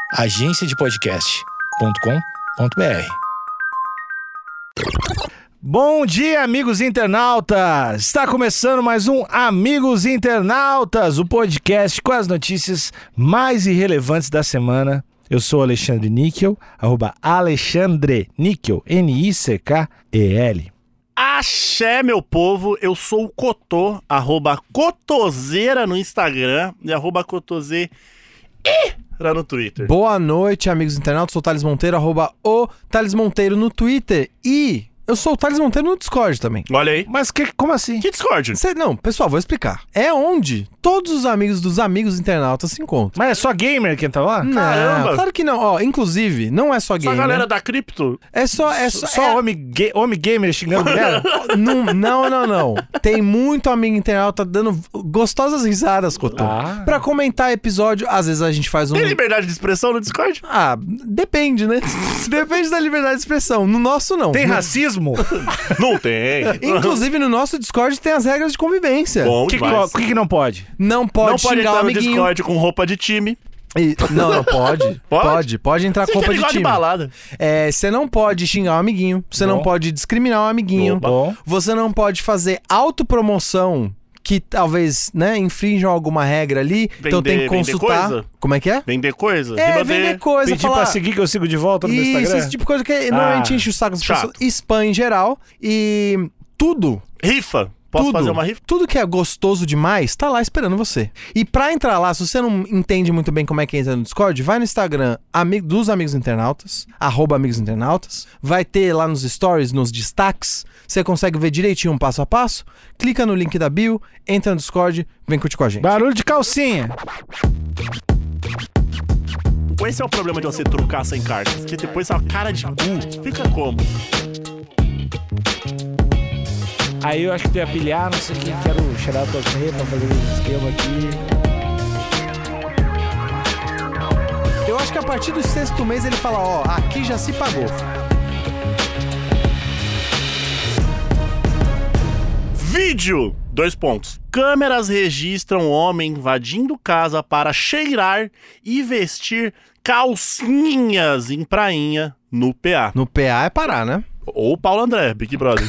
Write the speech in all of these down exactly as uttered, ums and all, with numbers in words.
agência de podcast ponto com ponto b r. Bom dia, amigos internautas! Está começando mais um Amigos Internautas, o podcast com as notícias mais irrelevantes da semana. Eu sou Alexandre Níquel, arroba Alexandre Níquel, N I C K E L. Axé, meu povo, eu sou o Cotô, arroba Cotoseira no Instagram e arroba Cotoseira no Twitter. Boa noite, amigos internautas, sou o Thales Monteiro, arroba o Thales Monteiro no Twitter e... eu sou o Thales Monteiro no Discord também. Olha aí. Mas que, como assim? Que Discord? Cê, não, pessoal, vou explicar. É onde todos os amigos dos amigos internautas se encontram. Mas é só gamer que tá lá? Não, Caramba. claro que não. Ó, inclusive, não é só Só gamer. a galera da cripto? É só... É só, Só é... homem, ga- homem gamer xingando mulher? Não, não, não, não. Tem muito amigo internauta dando gostosas risadas, Cotô. Ah. Pra comentar episódio, às vezes a gente faz um... Tem liberdade de expressão no Discord? Ah, depende, né? Depende da liberdade de expressão. No nosso, não. Tem No- racismo? Não tem. Inclusive, no nosso Discord tem as regras de convivência. Bom O que, demais. que, que não pode? Não pode Não pode xingar o entrar no amiguinho. Discord com roupa de time. E- não, não pode. Pode? Pode, pode entrar Você com roupa quer de ligar de time. balada. É, você não pode xingar o amiguinho, você Bom. não pode discriminar o amiguinho, Opa. Bom. você não pode fazer autopromoção que talvez, né, infringam alguma regra ali, então tem que vender consultar. coisa? Como é que é? Vender coisa. É, Rima vender de- coisa, Pedir falar... pra seguir que eu sigo de volta no meu Isso, Instagram? esse tipo de coisa que normalmente Ah, enche o saco das chato. pessoas, spam em geral, e tudo... Rifa. Posso tudo, fazer uma rifa? Tudo que é gostoso demais tá lá esperando você. E pra entrar lá, se você não entende muito bem como é que entra no Discord, vai no Instagram ami- dos Amigos Internautas, arroba Amigos Internautas. Vai ter lá nos stories, nos destaques, você consegue ver direitinho um passo a passo. Clica no link da bio, entra no Discord, vem curtir com a gente. Barulho de calcinha. Esse é o problema de você trucar sem cartas. Porque depois a cara de cu fica como? Aí eu acho que tu ia pilhar, não sei o que, quero cheirar tua meia pra fazer um esquema aqui. Eu acho que a partir do sexto mês ele fala, ó, aqui já se pagou. Vídeo! Dois pontos. Câmeras registram homem invadindo casa para cheirar e vestir calcinhas em prainha no P A. No P A é parar, né? Ou Paulo André, Big Brother.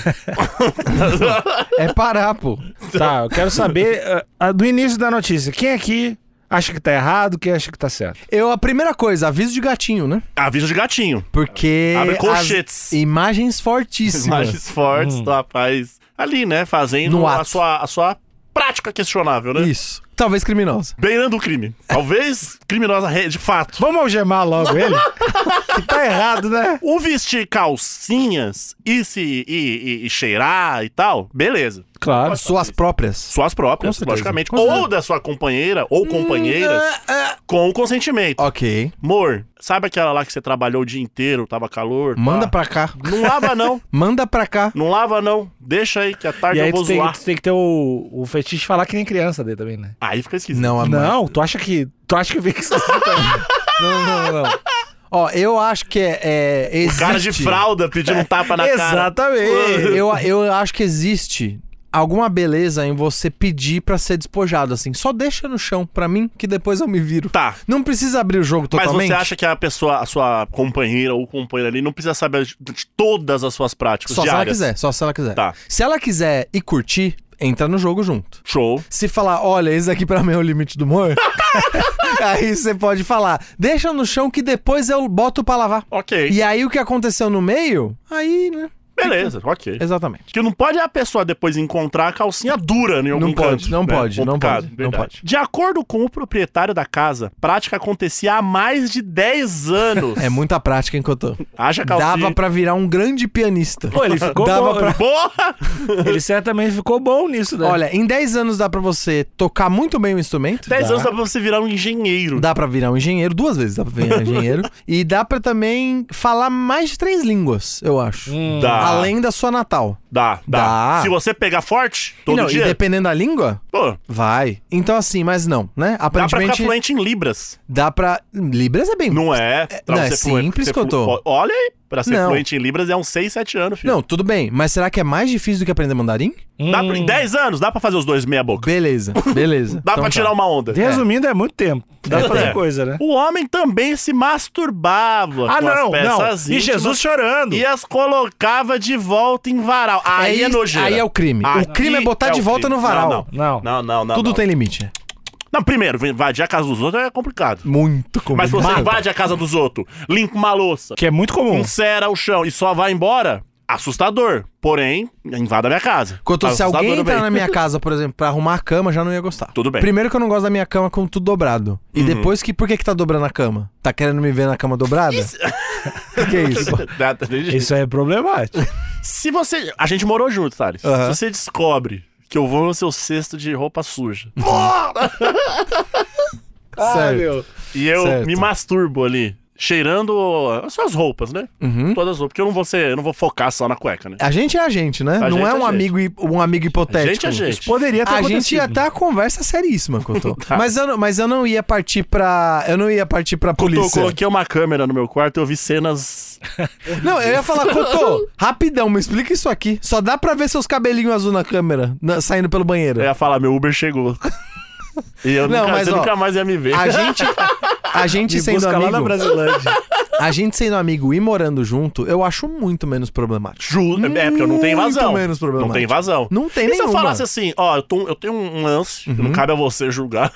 É parar, pô. Tá, eu quero saber ah, ah, do início da notícia. Quem aqui acha que tá errado, quem acha que tá certo? Eu, a primeira coisa, aviso de gatinho, né? Aviso de gatinho. Porque Abre as colchetes. imagens fortíssimas. Imagens fortes Hum. do rapaz ali, né? Fazendo No a ato. sua, a sua prática questionável, né? Isso. Talvez criminosa. Beirando o crime. Talvez criminosa re- de fato. Vamos algemar logo ele? Que tá errado, né? O vestir calcinhas e se e, e- e cheirar e tal, beleza. Claro. Suas próprias. Suas próprias, Com certeza. logicamente. Com certeza. Ou da sua companheira ou companheiras com o consentimento. Ok. Amor, sabe aquela lá que você trabalhou o dia inteiro, tava calor? Manda tá? pra cá. Não lava não. Manda pra cá. Não lava não. Deixa aí que à tarde E aí eu vou tu tem, zoar. tu tem que ter o, o fetiche de falar que nem criança dele também, né? Aí fica esquisito. Não, amor. Não, tu acha que. Tu acha que vem que Não, não, não. Ó, eu acho que é, é, existe... Cara de fralda pedindo um tapa na cara. Exatamente. Eu, eu acho que existe alguma beleza em você pedir pra ser despojado, assim. Só deixa no chão pra mim, que depois eu me viro. Tá. Não precisa abrir o jogo Mas totalmente. você acha que a pessoa, a sua companheira ou companheira ali não precisa saber de de todas as suas práticas Só se ela diárias? quiser, só se ela quiser. Tá. Se ela quiser e curtir, entra no jogo junto. Show. Se falar, olha, esse aqui pra mim é o limite do humor, aí você pode falar, deixa no chão que depois eu boto pra lavar. Ok. E aí o que aconteceu no meio, aí, né? Beleza, ok. Exatamente. Que não pode é a pessoa depois encontrar a calcinha dura em algum Não pode, canto, não né? pode, não Complicado, pode, não verdade. pode. De acordo com o proprietário da casa, prática acontecia há mais de dez anos. É muita prática, hein, que eu tô. Haja calcinha. Dava pra virar um grande pianista. Pô, ele ficou Dava bom. pra- Porra! Ele certamente ficou bom nisso, né? Olha, em dez anos dá pra você tocar muito bem o instrumento. dez Dá. anos dá pra você virar um engenheiro. Dá pra virar um engenheiro, duas vezes dá pra virar um engenheiro. E dá pra também falar mais de três línguas, eu acho. Hum. Dá. além da sua natal. Dá, dá. Dá. Se você pegar forte, E todo não, dia, e dependendo da língua, pô, vai. Então assim, mas não, né? dá pra Aparentemente ficar fluente em Libras. dá pra... Libras é bem... Não é? Pra não, é fluente- simples ser que eu tô. flu- Olha aí, pra ser Não. fluente em Libras é uns seis, sete anos, filho. Não, tudo bem. Mas será que é mais difícil do que aprender mandarim? Dá pra, em dez anos, dá pra fazer os dois meia boca. Beleza, beleza. Dá Então pra tá. tirar uma onda. Resumindo, é muito tempo. Dá pra fazer É. coisa, né? O homem também se masturbava Ah, com as não, não. peças E íntimas Jesus chorando. e as colocava de volta em varal. Aí é, isso- nojeira. Aí é o crime. Aqui o crime é botar é de o volta crime. no varal. Não, Não. não, não, não. Tudo não. tem limite. Não, primeiro, invadir a casa dos outros é complicado. Muito complicado. Mas se você invade a casa dos outros, limpa uma louça, Que é muito comum. encera o chão e só vai embora, assustador. Porém, invada a minha casa. Quanto se Assustador alguém entrar também. na minha casa, por exemplo, pra arrumar a cama, já não ia gostar. Tudo bem. Primeiro que eu não gosto da minha cama com tudo dobrado. E depois que, por que que tá dobrando a cama? Tá querendo me ver na cama dobrada? O que é isso? Dá- dá- Isso aí é problemático. Se você... A gente morou junto, Thales. Aham. Se você descobre que eu vou no seu cesto de roupa suja Sério. e eu Certo. me masturbo ali, cheirando as suas roupas, né? Uhum. Todas as roupas. Porque eu não vou ser... Eu não vou focar só na cueca, né? A gente é a gente, né? A não gente é é um gente. amigo, hi- um amigo hipotético. Gente é gente. Poderia ter A acontecido. gente ia ter a conversa seríssima, Cotô. Tá. mas, eu, não- mas eu não ia partir pra. Eu não ia partir pra Quando eu polícia. coloquei uma câmera no meu quarto, eu vi cenas... Não, eu ia falar, Cotô, rapidão, me explica isso aqui. Só dá pra ver seus cabelinhos azul na câmera, na- saindo pelo banheiro. Eu ia falar, meu Uber chegou. E eu Não, nunca, mas, você ó, nunca mais ia me ver. A gente. A gente Me sendo busca lá na amigo. Brasilândia. A gente sendo amigo e morando junto, eu acho muito menos problemático. Ju... É porque eu não tenho Muito invasão. menos problemático. Não tem invasão. Não tem E se eu nenhuma. falasse assim, ó, eu, tô- eu tenho um lance, que não cabe a você julgar.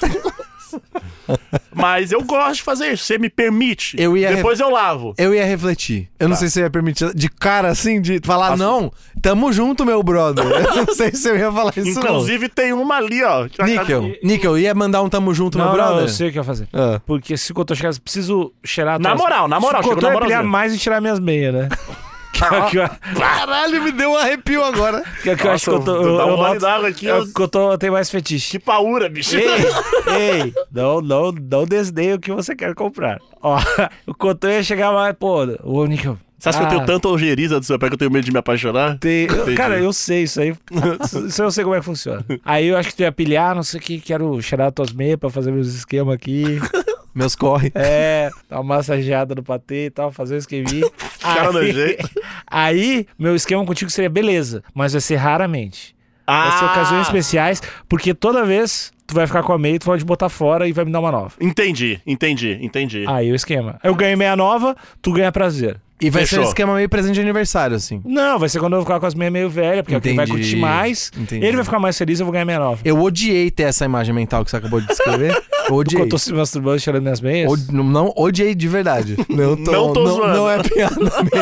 Mas eu gosto de fazer isso, você me permite. Eu ia Depois eu lavo. Eu ia refletir. Eu não Tá. sei se eu ia permitir de cara assim, de falar, Faço- não, tamo junto, meu brother. Eu não sei se eu ia falar isso, Inclusive tem uma ali, ó. que não. a- Níquel, Níquel, ia mandar um tamo junto, Não, meu não, brother? eu sei o que eu ia fazer. Ah. Porque se o Cotô chegasse, preciso cheirar... Na tuas- moral, na moral, Se o chegou Cotô na ia pilhar moralzinha. mais e tirar minhas meias, né? que, é- que, eu- Caralho, me deu um arrepio agora. que, é que eu acho que Nossa, eu tô... dá Eu, um eu gole noto- d'água aqui, eu- ó. o Cotô tem mais fetiche. Que paura, bicho. Ei, ei, não, não, não desdenhe o que você quer comprar. Ó, o Cotô ia chegar mais, pô, o Níquel... Você acha que eu tenho tanta ojeriza do seu pé que eu tenho medo de me apaixonar? Tem- eu- Entendi. cara, eu sei isso aí. Isso eu sei como é que funciona. Aí eu acho que tu ia pilhar, não sei o que, quero cheirar tuas meias pra fazer meus esquemas aqui. Meus corre. É, dar uma massageada no patê e tal, fazer um esqueminha. Cara nojento. Aí, meu esquema contigo seria beleza, mas vai ser raramente. Vai ser Ah, ocasiões especiais, porque toda vez tu vai ficar com a meia, tu pode botar fora e vai me dar uma nova. Entendi, entendi, entendi. Aí o esquema. Eu ganho meia nova, tu ganha prazer. E vai ser Fechou. um esquema meio presente de aniversário, assim. Não, vai ser quando eu ficar com as meias meio velhas, porque é quem vai Entendi. curtir mais. Entendi. Ele vai ficar mais feliz, eu vou ganhar meia nova. Eu odiei ter essa imagem mental que você acabou de descrever. Eu odiei. Eu tô se masturbando, cheirando minhas meias. Od- não, não, odiei de verdade. Não tô, Não tô não, zoando. não é piada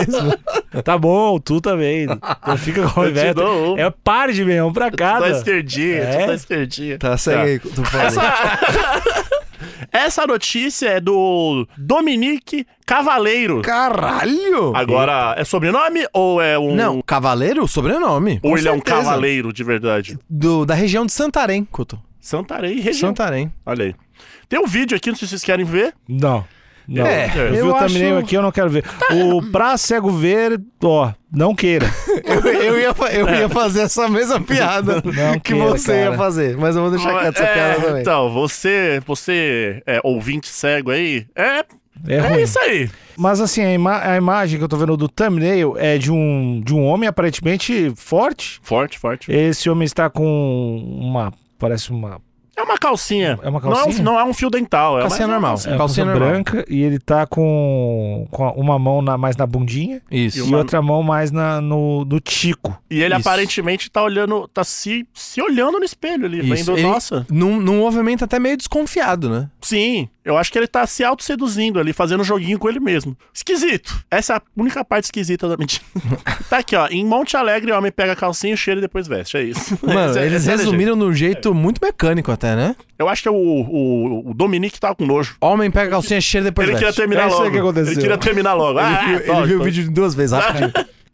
mesmo. Tá bom, tu também. Não fica com a Eu te inveja. dou um. É par de meia, um pra Tu cada. tá esquerdinha, É? tu tá esquerdinha. Tá, segue aí. Tu fala. Essa... Essa notícia é do Dominique Cavaleiro. Caralho! Agora, é sobrenome ou é um... Não, Cavaleiro, sobrenome. Ou com ele é um certeza. cavaleiro de verdade? Do, da região de Santarém, Couto. Santarém, região. Santarém. Olha aí. Tem um vídeo aqui, não sei se vocês querem ver. Não. Não. É, eu vi eu o acho- thumbnail aqui, eu não quero ver. O pra cego ver, ó, não queira. Eu, eu, ia, fa- eu ia fazer essa mesma piada Não que queira, você ia cara. fazer, mas eu vou deixar quieto essa É, piada também. então, você, você é, ouvinte cego aí, é, É, é, ruim. isso aí. Mas assim, a, ima- a imagem que eu tô vendo do thumbnail é de um, de um homem aparentemente forte. Forte, forte. Esse homem está com uma, parece uma... É uma calcinha. É uma Não é calcinha? um, não é um fio dental. É Calcinha mais uma normal. É uma Calcinha calça normal. branca e ele tá com, com uma mão na- mais na bundinha Isso. e, uma- outra mão mais na, no, no tico. E ele Isso. aparentemente tá olhando, tá se, se olhando no espelho ali, Isso. vendo, Ele- nossa. Num, num movimento até meio desconfiado, né? Sim, eu acho que ele tá se auto-seduzindo ali, fazendo um joguinho com ele mesmo. Esquisito. Essa é a única parte esquisita da mentira. Tá aqui, ó. Em Monte Alegre, o homem pega a calcinha, cheira e depois veste. É isso. Mano, Esse é- eles esse é o jeito. resumiram num jeito muito mecânico até, né? Eu acho que é o, o, o Dominique tava com nojo. Homem pega a calcinha cheia depois Ele veste. queria terminar É isso aí logo. que aconteceu. Ele queria terminar logo. Ele, Ah, viu, é, ele viu o tô- vídeo duas vezes, rapidinho.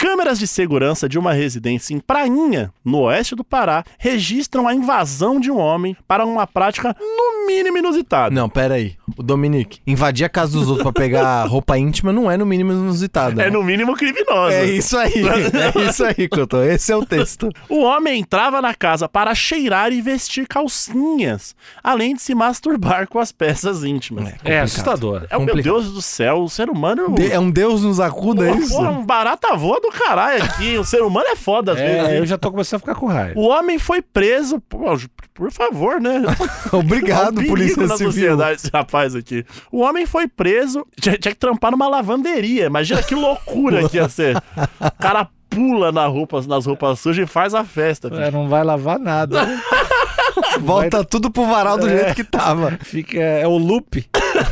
Câmeras de segurança de uma residência em Prainha, no oeste do Pará, registram a invasão de um homem para uma prática no mínimo inusitada. Não, pera aí. O Dominique, invadir a casa dos outros pra pegar roupa íntima não é no mínimo inusitado. É né? no mínimo criminosa. É isso aí. É isso aí, Couto. Esse é o texto. O homem entrava na casa para cheirar e vestir calcinhas, além de se masturbar com as peças íntimas. É, é assustador. É, meu complicado. Deus do céu, o ser humano... De- é um Deus nos acuda, é Porra, isso? porra, um barata voa do caralho aqui. O ser humano é foda às vezes. É, hein? eu já tô começando a ficar com raiva. O homem foi preso... Pô, por favor, né? Obrigado, É um Polícia perigo na Civil. sociedade, esse rapaz aqui. O homem foi preso, tinha, tinha que trampar numa lavanderia. Imagina que loucura que ia ser. O cara pula na roupa, nas roupas sujas e faz a festa. É, não vai lavar nada. Volta Vai- tudo pro varal do É. jeito que tava. Fica, é o loop.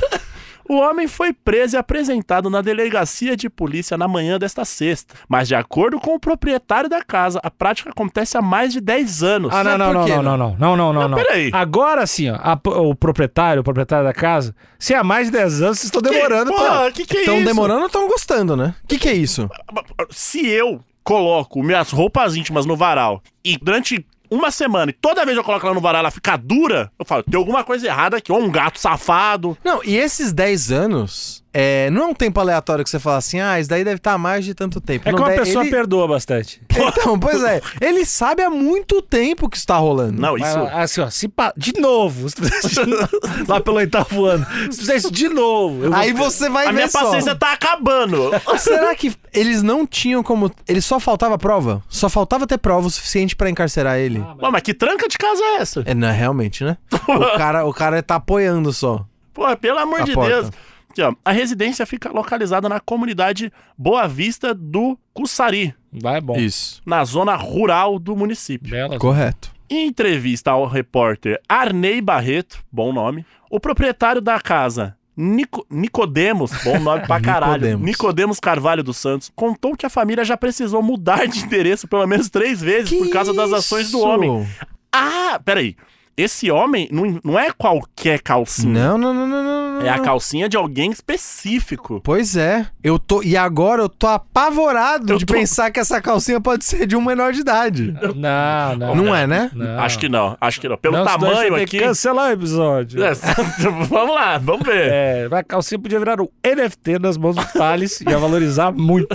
O homem foi preso e apresentado na delegacia de polícia na manhã desta sexta. Mas, de acordo com o proprietário da casa, a prática acontece há mais de dez anos. Ah, não, Mas não, por não, quê, não, não, não, não, não, não, não. peraí. Agora sim, ó, a- o proprietário, o proprietário da casa, se há mais de dez anos, vocês estão demorando pra... Porra, que que é Estão isso? demorando ou estão gostando, né? O que que é isso? Se eu coloco minhas roupas íntimas no varal e durante uma semana e toda vez que eu coloco ela no varal ela fica dura, eu falo, tem alguma coisa errada aqui, ou um gato safado. Não, e esses dez anos, é, não é um tempo aleatório que você fala assim, ah, isso daí deve estar há mais de tanto tempo. É que Não, uma daí pessoa ele... perdoa bastante. Então, pois é, ele sabe há muito tempo que isso tá rolando. Não, Mas, isso... assim, ó, se pa... de novo, se fizer isso de novo, lá pelo oitavo ano, se fizer isso de novo... eu vou- Aí você vai A ver minha só. paciência tá acabando. Será que eles não tinham como... Eles só faltava prova? Só faltava ter prova o suficiente pra encarcerar ele. Pô, mas que tranca de casa é essa? É, não, realmente, né? O cara, o cara tá apoiando só. Pô, pelo amor A de porta. Deus. Aqui, ó, a residência fica localizada na comunidade Boa Vista do Cussari, Vai, bom. Isso. na zona rural do município. Bela. Correto. Em entrevista ao repórter Arnei Barreto, bom nome, o proprietário da casa, Nico, Nicodemos, bom nome pra caralho, Nicodemos. Nicodemos Carvalho dos Santos, contou que a família já precisou mudar de endereço pelo menos três vezes por causa das ações do isso? homem. Ah, peraí. Esse homem não, não é qualquer calcinha. Não, não, não, não, não, não. É a calcinha de alguém específico. Pois é. Eu tô... E agora eu tô apavorado Eu de tô- pensar que essa calcinha pode ser de um menor de idade. Não, não. Não é, né? Não. Acho que não, acho que não. Pelo Não, senão tamanho você tem aqui. que cancelar o episódio. É, vamos lá, vamos ver. É, a calcinha podia virar um N F T nas mãos do Thales, ia valorizar muito.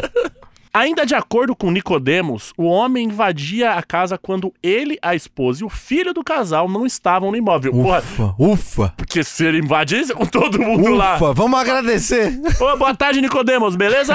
Ainda de acordo com Nicodemos, o homem invadia a casa quando ele, a esposa e o filho do casal não estavam no imóvel. Porra, Ufa, ufa. porque se ele invadisse com todo mundo lá. Ufa, vamos agradecer. Ô, boa tarde, Nicodemos, beleza?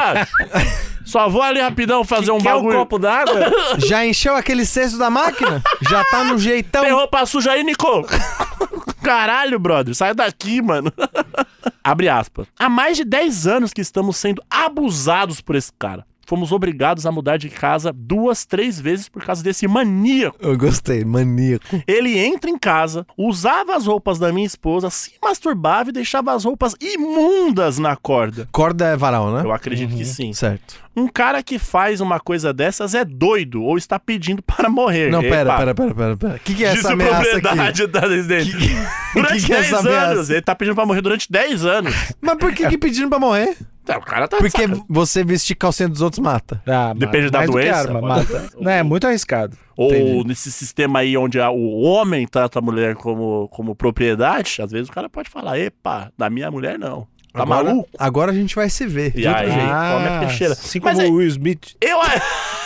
Só vou ali rapidão fazer um Quer um bagulho. copo d'água? Já encheu aquele cesto da máquina? Já tá no jeitão. Tem roupa suja aí, Nico? Caralho, brother, sai daqui, mano. Abre aspas. Há mais de dez anos que estamos sendo abusados por esse cara. Fomos obrigados a mudar de casa duas, três vezes por causa desse maníaco. Eu gostei, maníaco. Ele entra em casa, usava as roupas da minha esposa, se masturbava e deixava as roupas imundas na corda. Corda é varal, né? Eu acredito que sim. Certo. Um cara que faz uma coisa dessas é doido ou está pedindo para morrer. Não, pera, Epa. pera, pera, pera, pera. O que, que é Diz essa a ameaça aqui? propriedade da residência. Durante que que é dez essa ameaça? anos. Ele tá pedindo pra morrer durante dez anos. Mas por que, que pedindo pra morrer? Tá, o cara tá... Porque saca- você vestir calcinha dos outros mata. Ah, Depende mata. da Mais do que doença, arma, pode- mata. Não, é muito arriscado. Ou Entendi. nesse sistema aí onde a- o homem trata a mulher como, como propriedade, às vezes o cara pode falar, epa, da minha mulher não. Tá agora, maluco? Agora a gente vai se ver. E de outro aí? jeito. come a peixeira. Assim Mas como é- o Will Smith. Eu, a-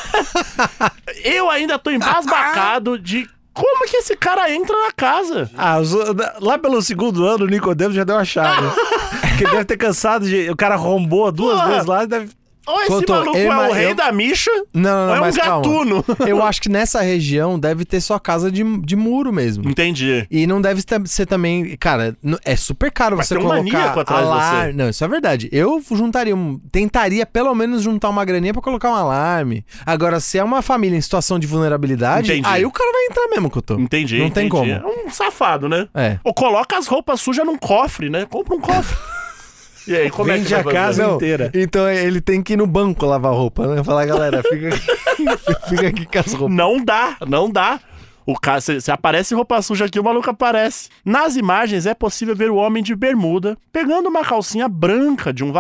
eu ainda tô embasbacado de como que esse cara entra na casa. Ah, os- lá pelo segundo ano, o Nicodemo já deu a chave. Porque ele deve ter cansado de... O cara rombou duas Porra. vezes lá e deve... Ou esse Couto, maluco eu é ima- o rei eu- da micha, Não, não, ou não, é um mas calma. gatuno. Eu acho que nessa região deve ter só casa de, de muro mesmo. Entendi. E não deve ter- ser também... Cara, n- é super caro Mas você tem um colocar maníaco atrás de alarme. você. Não, isso é verdade. Eu juntaria um... Tentaria pelo menos juntar uma graninha pra colocar um alarme. Agora, se é uma família em situação de vulnerabilidade, Entendi. aí o cara vai entrar mesmo, Couto. Entendi, Não tem entendi. como. É um safado, né? É. Ou coloca as roupas sujas num cofre, né? Compra um cofre. E aí, como Vende é a que vai fazer? casa inteira. Então ele tem que ir no banco lavar roupa, né? Falar, galera, fica aqui, fica aqui com as roupas. Não dá, não dá. O cara, se, se aparece roupa suja aqui, o maluco aparece. Nas imagens é possível ver o homem de bermuda pegando uma calcinha branca de um varal.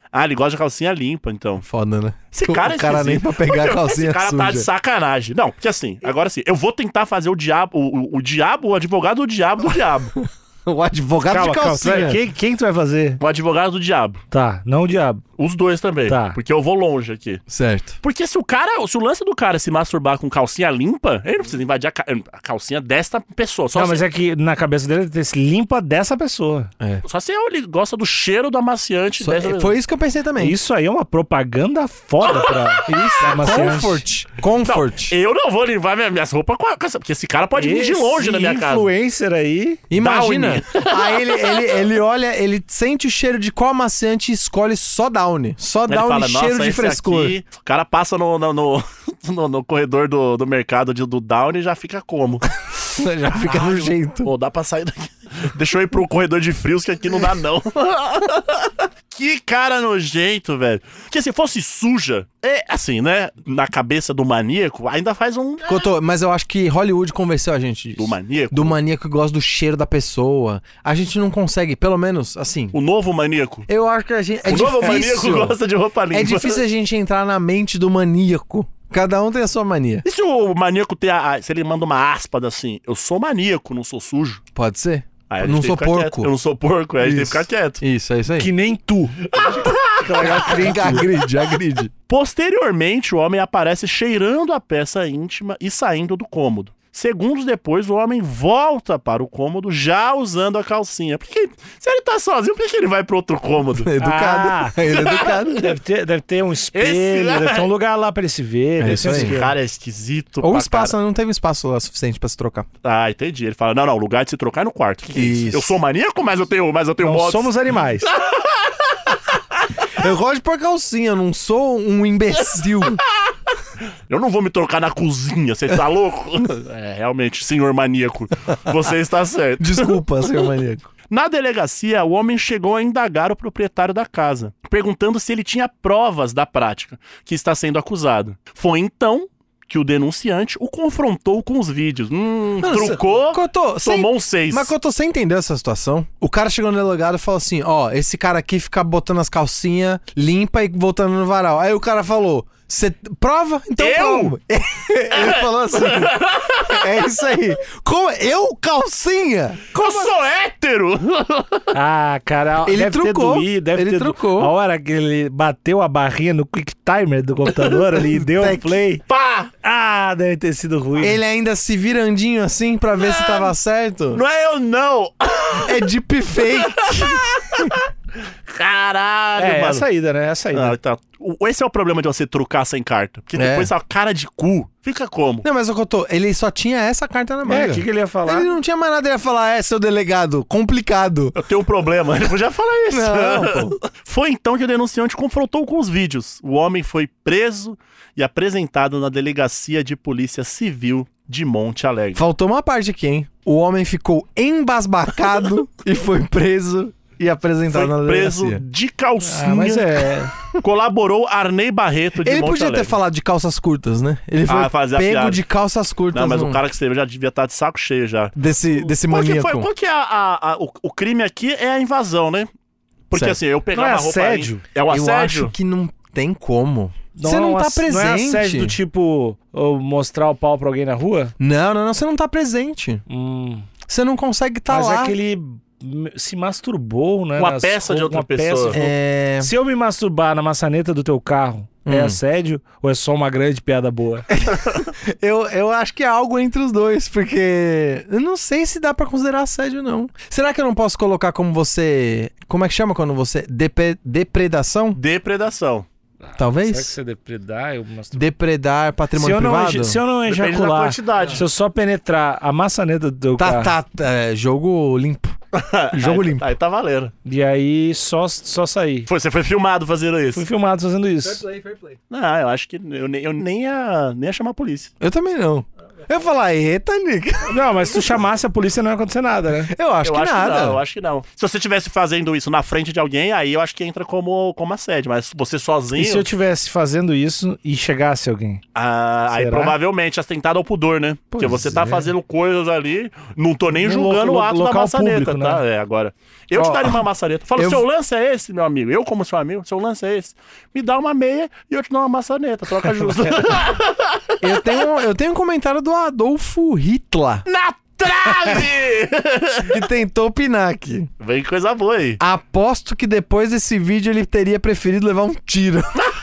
Ah, ele gosta de calcinha limpa, então. Foda, né? Esse cara o cara é nem pra pegar a calcinha Esse cara suja. tá de sacanagem. Não, porque assim, agora sim, eu vou tentar fazer o diabo, o, o, o diabo, o advogado do diabo do diabo. O advogado Calma, de calma. tu calcinha. vai- Quem, quem tu vai fazer? O advogado do diabo. Tá, não o diabo. Os dois também. Tá. Porque eu vou longe aqui. Certo. Porque se o cara, se o lance do cara é se masturbar com calcinha limpa, ele não precisa invadir a, ca- a calcinha desta pessoa. Só, não, se, mas é que na cabeça dele ele se limpa dessa pessoa. É. só se ele gosta do cheiro do amaciante Só- dessa foi isso que eu pensei também. Isso aí é uma propaganda foda pra isso, amaciante. Comfort. Não, Comfort. eu não vou limpar minha- minhas roupas com, a, com essa, porque esse cara pode vir de longe na minha casa. influencer aí. Imagina. Aí ele, ele, ele olha, ele sente o cheiro de qual amaciante e escolhe só Downy. Só Ele Downy, fala, cheiro nossa, de esse frescor. aqui, o cara passa no, no, no, no- no corredor do, do mercado de, do Down e já fica como? Já fica no jeito. Pô, dá pra sair daqui. Deixa eu ir pro corredor de frios que aqui não dá não. Que cara nojento, velho. Porque se fosse suja, é assim, né? Na cabeça do maníaco, ainda faz um... Cotô, mas eu acho que Hollywood convenceu a gente disso. Do maníaco? Do maníaco que gosta do cheiro da pessoa. A gente não consegue, pelo menos, assim. O novo maníaco? Eu acho que a gente. É o novo maníaco difícil. gosta de roupa limpa. É difícil a gente entrar na mente do maníaco. Cada um tem a sua mania. E se o maníaco tem a, a- se ele manda uma aspa assim, eu sou maníaco, não sou sujo. Pode ser? Aí a Eu gente não tem sou que ficar porco. quieto. Eu não sou porco, aí a gente tem que Isso. ficar quieto. Isso, é isso aí. Que nem tu. agride, agride. Posteriormente, o homem aparece cheirando a peça íntima e saindo do cômodo. Segundos depois, o homem volta para o cômodo já usando a calcinha. Porque se ele tá sozinho, por que que ele vai pro outro cômodo? Educado. Ah. Ele é educado. Deve ter, deve ter um espelho, Esse- deve ter um lugar lá pra ele se ver. deve isso ter um aí. esquema. Esse cara é esquisito. Ou pra espaço, cara. não teve espaço lá suficiente pra se trocar. Ah, entendi. Ele fala, não, não, o lugar de se trocar é no quarto. Que que é isso? Isso. Eu sou maníaco, mas eu tenho, mas eu tenho Não modos. somos animais. Eu gosto de pôr calcinha, eu não sou um imbecil. Eu não vou me trocar na cozinha, você tá louco? É, realmente, senhor maníaco, você está certo. Desculpa, senhor maníaco. Na delegacia, o homem chegou a indagar o proprietário da casa, perguntando se ele tinha provas da prática que está sendo acusado. Foi então que o denunciante o confrontou com os vídeos. Hum, Mano, trucou, Cotô, sem- tomou um seis. Mas Cotô, você entendeu essa situação? O cara chegou no delegado e falou assim, ó, esse cara aqui fica botando as calcinhas limpa e voltando no varal. Aí o cara falou, você prova? Então Eu? prova. Ele falou assim, é isso aí. Como? Eu calcinha? Eu sou hétero! Ah, cara, Ele deve trucou, ter doído, deve ele ter trucou. A hora que ele bateu a barrinha no quick timer do computador ali e deu um Tec. play. Pá! Ah, deve ter sido ruim. Ele ainda se virandinho assim pra ver se tava certo. Não é eu, não! É deepfake. Caralho, É, é mano. a saída, né? É a saída. Ah, tá. O- Esse é o problema de você trucar sem carta. Porque É. depois a cara de cu fica como? Não, mas o Cotô, ele só tinha essa carta na manga. É, o que, que ele ia falar? Ele não tinha mais nada, ele ia falar, é, seu delegado, complicado. Eu tenho um problema. Ele podia falar isso. Não, pô. Foi então que o denunciante confrontou com os vídeos. O homem foi preso e apresentado na delegacia de polícia civil de Monte Alegre. Faltou uma parte aqui, hein? O homem ficou embasbacado e foi preso e apresentado na Foi preso delegacia. de calcinha. Ah, mas é. Colaborou Arnei Barreto de Ele Monte podia Alegre. ter falado de calças curtas, né? Ele foi Ah, fazer a pego piada. de calças curtas. Não, mas num- o cara que escreveu já devia estar de saco cheio já. Desse, desse Qual que, maníaco. foi, qual que é a, a- a- o, o crime aqui é a invasão, né? Porque Certo. assim, eu pegar Não é uma roupa... assédio? É o Eu assédio? acho que não tem como. Você não, é tá ass- Não é presente. assédio do tipo ou mostrar o pau pra alguém na rua? Não, não, não, você não tá presente. Hum. Você não consegue estar Mas lá. é que ele m- se masturbou, né? Uma nas peça de ro- outra uma peça pessoa. de roupa. É... Se eu me masturbar na maçaneta do teu carro, é Hum. assédio ou é só uma grande piada boa? Eu, eu acho que é algo entre os dois, porque eu não sei se dá pra considerar assédio, não. Será que eu não posso colocar como você... Como é que chama quando você... Depre- depredação? Depredação. Talvez? Será que você depredar? Eu masturbo? Depredar Se patrimônio eu, não, privado? eja- se eu não Depende da ejacular, quantidade. se eu só penetrar a maçaneta do teu Tá, carro tá, é, jogo limpo. Jogo aí, limpo. Aí tá valendo. e aí só, só sair. Foi, você foi filmado fazendo isso? Fui filmado fazendo isso. play, fair play. Não, eu acho que eu nem, eu nem, ia, nem ia chamar a polícia. Eu também não. Eu ia falar, eita, Nick. Não, mas se tu chamasse a polícia não ia acontecer nada, né? Eu acho eu que acho nada. que não, eu acho que não. Se você estivesse fazendo isso na frente de alguém, aí eu acho que entra como, como assédio. Mas você sozinho... E se eu estivesse fazendo isso e chegasse alguém? Ah, aí Será? provavelmente atentado ao pudor, né? Porque Pois você tá é. fazendo coisas ali, não tô nem No julgando lo- o ato da local maçaneta, público, tá? né? É, agora. Eu te Ó, daria uma maçaneta. Fala, eu- seu lance é esse, meu amigo. Eu, como seu amigo, seu lance é esse. Me dá uma meia e eu te dou uma maçaneta. Troca justo. Eu tenho, eu tenho um comentário do Adolfo Hitler, Na trave! que tentou opinar aqui. Vem coisa boa aí. Aposto que depois desse vídeo ele teria preferido levar um tiro.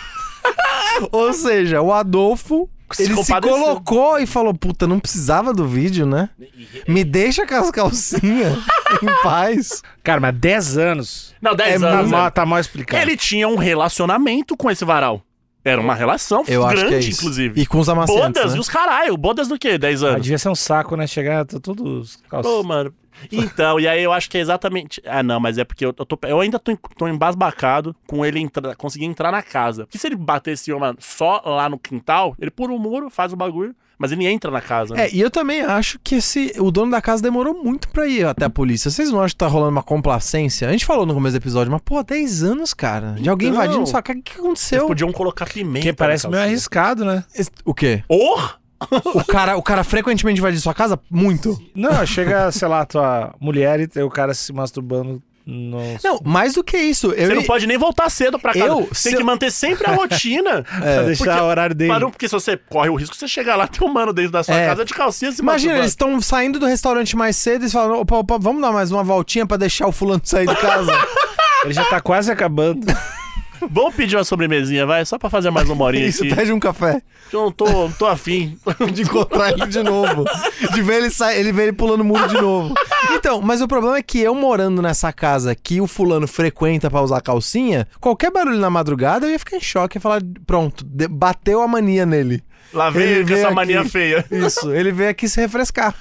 Ou seja, o Adolfo, Se ele se compadeceu. colocou e falou, puta, não precisava do vídeo, né? Me deixa com as calcinhas em paz. Cara, mas dez anos. Não, dez É Tá anos. mal, né? tá mal explicado. Ele tinha um relacionamento com esse varal. Era uma relação Eu acho grande, que é isso. inclusive. E com os amaciantes, Bodas né? e os caralho. Bodas do quê? dez Ah, anos? devia ser um saco, né? Chegar, tá todos calços. Pô, mano. Então, e aí eu acho que é exatamente... Ah, não, mas é porque eu, eu, tô... eu ainda tô, em- tô embasbacado com ele entra... conseguir entrar na casa. Porque se ele batesse uma só lá no quintal, ele pula o muro, faz o bagulho, mas ele entra na casa. Né? É, e eu também acho que esse, o dono da casa demorou muito pra ir até a polícia. Vocês não acham que tá rolando uma complacência? A gente falou no começo do episódio, mas pô, dez anos, cara. De alguém Então, invadindo sua casa. O que que Eles aconteceu? podiam colocar pimenta. Porque parece na meio calcinha. arriscado, né? Esse- O quê? Oh! O cara, o cara frequentemente invade sua casa? Muito. Não, chega, sei lá, tua mulher e tem o cara se masturbando no... Não, mais do que isso. Eu, Você não pode nem voltar cedo pra casa. Eu- Você se tem que eu- manter sempre a rotina. pra deixar porque- o horário dele. Pra não- porque se você corre o risco, você chegar lá, tem um mano dentro da sua É. casa de calcinha se Imagina, eles masturbando. estão saindo do restaurante mais cedo e eles falam, opa, opa, vamos dar mais uma voltinha pra deixar o fulano sair de casa. Ele já tá quase acabando. Vamos pedir uma sobremesinha, vai? Só pra fazer mais uma horinha Isso, aqui. pede um café. Eu não tô, não tô afim. De encontrar ele de novo. De ver ele sair, ele ver ele pulando o muro de novo. Então, mas o problema é que eu morando nessa casa que o fulano frequenta pra usar calcinha, qualquer barulho na madrugada eu ia ficar em choque e falar, pronto, de- bateu a mania nele. Lá vem Ele ele com veio essa aqui. mania feia. Isso, ele veio aqui se refrescar.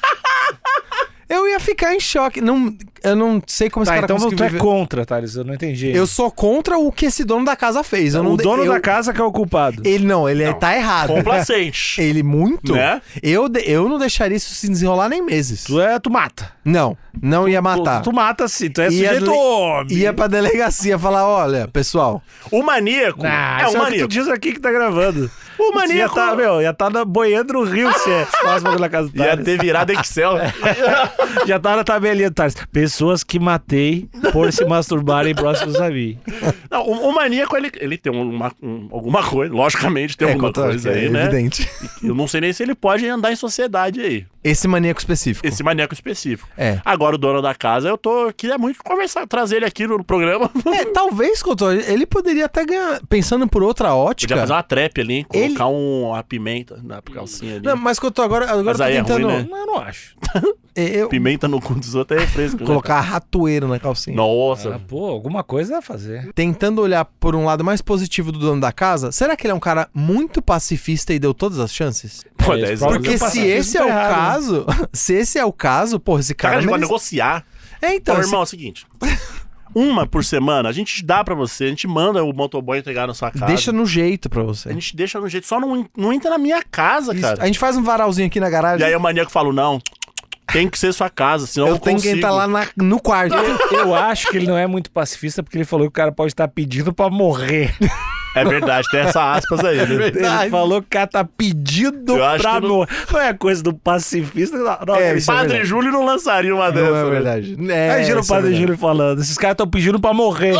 Eu ia ficar em choque. Não, eu não sei como Tá, esse cara então conseguiu tu é viver. contra, Thales, eu não entendi. Eu sou contra o que esse dono da casa fez. Eu não o de- dono eu- da casa que é o culpado. Ele não, ele Não. tá errado. Complacente. Ele muito. Né? Eu, de- eu não deixaria isso se desenrolar nem meses. Tu é, tu mata. Não, não ia matar. Tu, tu mata sim, tu é Ia sujeito le- homem. Ia pra delegacia falar, olha, pessoal, O maníaco Ah, é isso um é o que tu maníaco. diz aqui que tá gravando. O Ia maníaco tá, meu, ia tá na- boiando no rio se é faz bagulho na casa do ia Thales. ter virado Excel. Já tá na tabelinha do Thales. Pessoas que matei por se masturbarem próximos a mim. Não, o, o maníaco, ele, ele tem uma, um- alguma coisa, logicamente tem alguma contra- coisa é aí, né? evidente. Eu não sei nem se ele pode andar em sociedade aí. Esse maníaco específico. Esse maníaco específico. É. Agora, o dono da casa, eu tô. Queria muito conversar, trazer ele aqui no programa. É, talvez, Couto, ele poderia até ganhar, pensando por outra ótica. Podia fazer uma trap ali, colocar Ele- um, uma pimenta na calcinha ali. Não, mas Couto, agora, agora Mas eu tô aí é tentando ruim, né? Não, eu não acho. eu, Pimenta no cu dos outros é fresco. né? colocar ratoeiro na calcinha. Nossa. Ah, pô, alguma coisa a fazer. Tentando olhar por um lado mais positivo do dono da casa, será que ele é um cara muito pacifista e deu todas as chances? Pô, É, dez esse anos. Porque Eu se pacifismo esse é tá o errado, né? caso, se esse é o caso, porra, esse Cara, cara a gente pode merece... negociar. É, então, Então, esse- irmão, é o seguinte. Uma por semana, a gente dá pra você, a gente manda o motoboy entregar na sua casa. deixa no jeito pra você. A gente deixa no jeito, só não, não entra na minha casa, Isso, cara. a gente faz um varalzinho aqui na E garagem. aí o maníaco fala, não, tem que ser sua casa, senão eu, eu tenho que consigo. entrar lá na- no quarto. Eu acho que ele não é muito pacifista porque ele falou que o cara pode estar pedindo pra morrer. É verdade, tem essa aspas aí, né? verdade. Ele falou que o cara tá pedindo Eu acho pra que não- morrer. Não é coisa do pacifista. Não, não, É, ele- isso é Padre verdade. Júlio não lançaria uma dessa. Não é né? verdade. É, Imagina o isso é Padre verdade. Júlio falando. Esses caras estão pedindo pra morrer.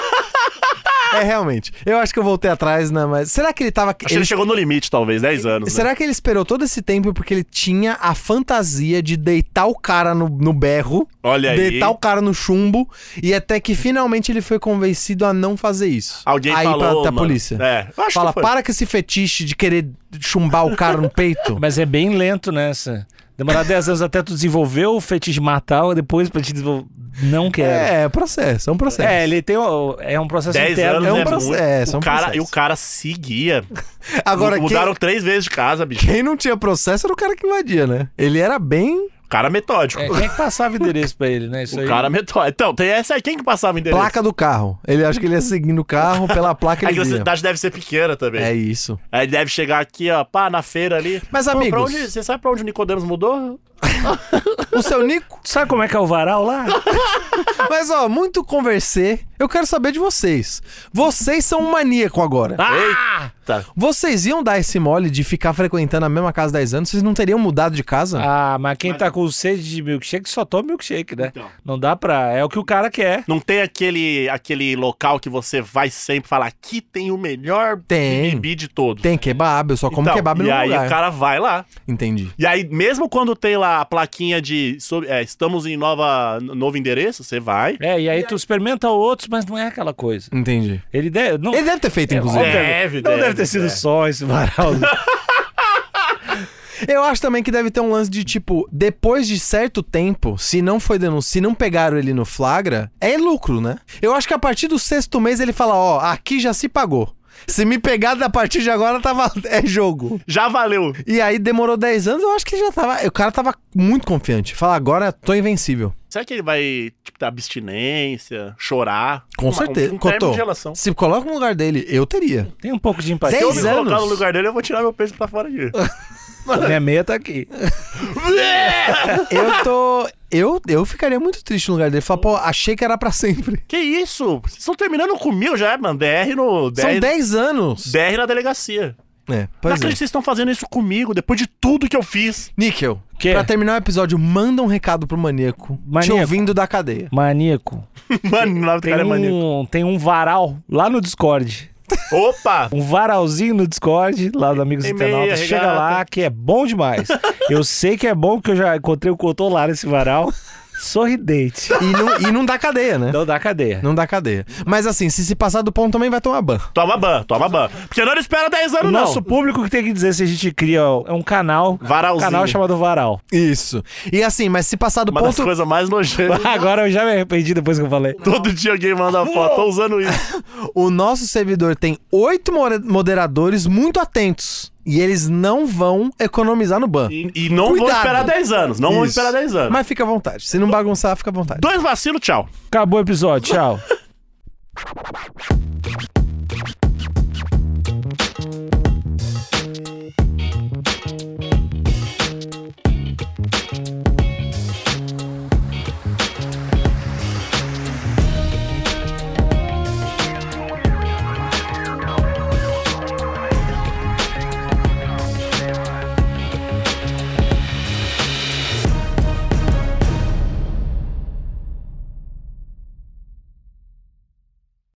É, realmente. Eu acho que eu voltei atrás, né? Mas será que ele tava... Acho que ele chegou no limite, talvez, dez anos. Será que ele esperou todo esse tempo porque ele tinha a fantasia de deitar o cara no, no berro, Olha aí. deitar o cara no chumbo, e até que finalmente ele foi convencido a não fazer isso. Alguém Aí falou, pra, pra mano. polícia. É, eu acho Fala, que foi. para com esse fetiche de querer chumbar o cara no peito. Mas é bem lento nessa. Demorar dez anos até tu desenvolver o fetiche de matar, depois pra te desenvolver. Não quero. É, é processo, é um processo. É, ele tem. o- É um processo dez interno. anos é um é, processo, muito. é, são o cara, e processos. o cara seguia. Agora, Mudaram quem, três vezes de casa, bicho. quem não tinha processo era o cara que invadia, né? Ele era bem... Cara metódico. É, quem é que passava endereço pra ele, né? Isso O aí. cara metódico. Então, tem essa aí. Quem que passava endereço? Placa do carro. Ele acha que ele ia seguindo o carro, pela placa É ele que a via. cidade deve ser pequena também. É isso. Aí ele deve chegar aqui, ó, pá, na feira ali. Mas, Pô, pra amigos- onde- você sabe pra onde o Nicodemos mudou? O seu Nico... Sabe como é que é o varal lá? Mas, ó, muito conversei. Eu quero saber de vocês. Vocês são um maníaco agora. Ah! Tá. Vocês iam dar esse mole de ficar frequentando a mesma casa há dez anos? Vocês não teriam mudado de casa? Ah, mas quem tá com sede de milkshake só toma milkshake, né? Então. Não dá pra... É o que o cara quer. Não tem aquele, aquele local que você vai sempre falar, aqui tem o melhor Tem. bibi de todos. Tem kebab, eu só como Então, kebab e no aí lugar. o cara vai lá. Entendi. E aí, mesmo quando tem lá a plaquinha de sob- é, estamos em nova, novo endereço, você vai. É, e aí tu experimenta outros, mas não é aquela coisa. Entendi. Ele deve... Não, Ele deve ter feito, É, inclusive. óbvio. Deve, não deve, deve, ter sido é. só esse varal. Eu acho também que deve ter um lance de, tipo, depois de certo tempo, se não foi denunciado, se não pegaram ele no flagra, é lucro, né? Eu acho que a partir do sexto mês ele fala, ó, aqui já se pagou. Se me pegar a partir de agora, tava... é jogo. Já valeu. E aí demorou dez anos, eu acho que já tava... O cara tava muito confiante. Fala, agora tô invencível. Será que ele vai, tipo, ter abstinência, chorar? Com Uma- certeza. Um, um término Cotô, de relação. se coloca no lugar dele, eu teria. Tem um pouco de empatia. Se eu dez me colocar anos. no lugar dele, eu vou tirar meu peso pra fora aqui. Minha meia tá aqui. Eu tô... Eu, eu ficaria muito triste no lugar dele. Falar, pô, achei que era pra sempre. Que isso? Vocês estão terminando comigo já, mano. D R no... D R, São dez anos. D R na delegacia. É, Não pois acredito é. que vocês estão fazendo isso comigo, depois de tudo que eu fiz. Níquel, Que? pra terminar o episódio, manda um recado pro maníaco. Te Maníaco. ouvindo da cadeia. Maníaco. Mano, o nome do Tem cara é maníaco. um, tem um varal lá no Discord. Opa! Um varalzinho no Discord, lá do Amigos Tem Internautas. meia, Chega regata. lá, que é bom demais. Eu sei que é bom, porque eu já encontrei o Cotô lá nesse varal. Sorridente. E não, e não dá cadeia, né? Não dá cadeia. Não dá cadeia. Mas assim, se se passar do ponto também vai tomar ban. Toma ban, toma ban. Porque não espera dez anos, O não. nosso público que tem que dizer se a gente cria é um canal. Varalzinho. Canal chamado Varal. Isso. E assim, mas se passar do Uma das ponto... coisas mais nojentas. Agora eu já me arrependi depois que eu falei. Todo dia alguém manda foto, tô usando isso. O nosso servidor tem oito more- moderadores muito atentos. E eles não vão economizar no ban. E, e não vão Cuidado. esperar dez anos, não vão Isso. esperar dez anos. Mas fica à vontade. Se não bagunçar, fica à vontade. Dois vacilos, tchau. Acabou o episódio. Tchau.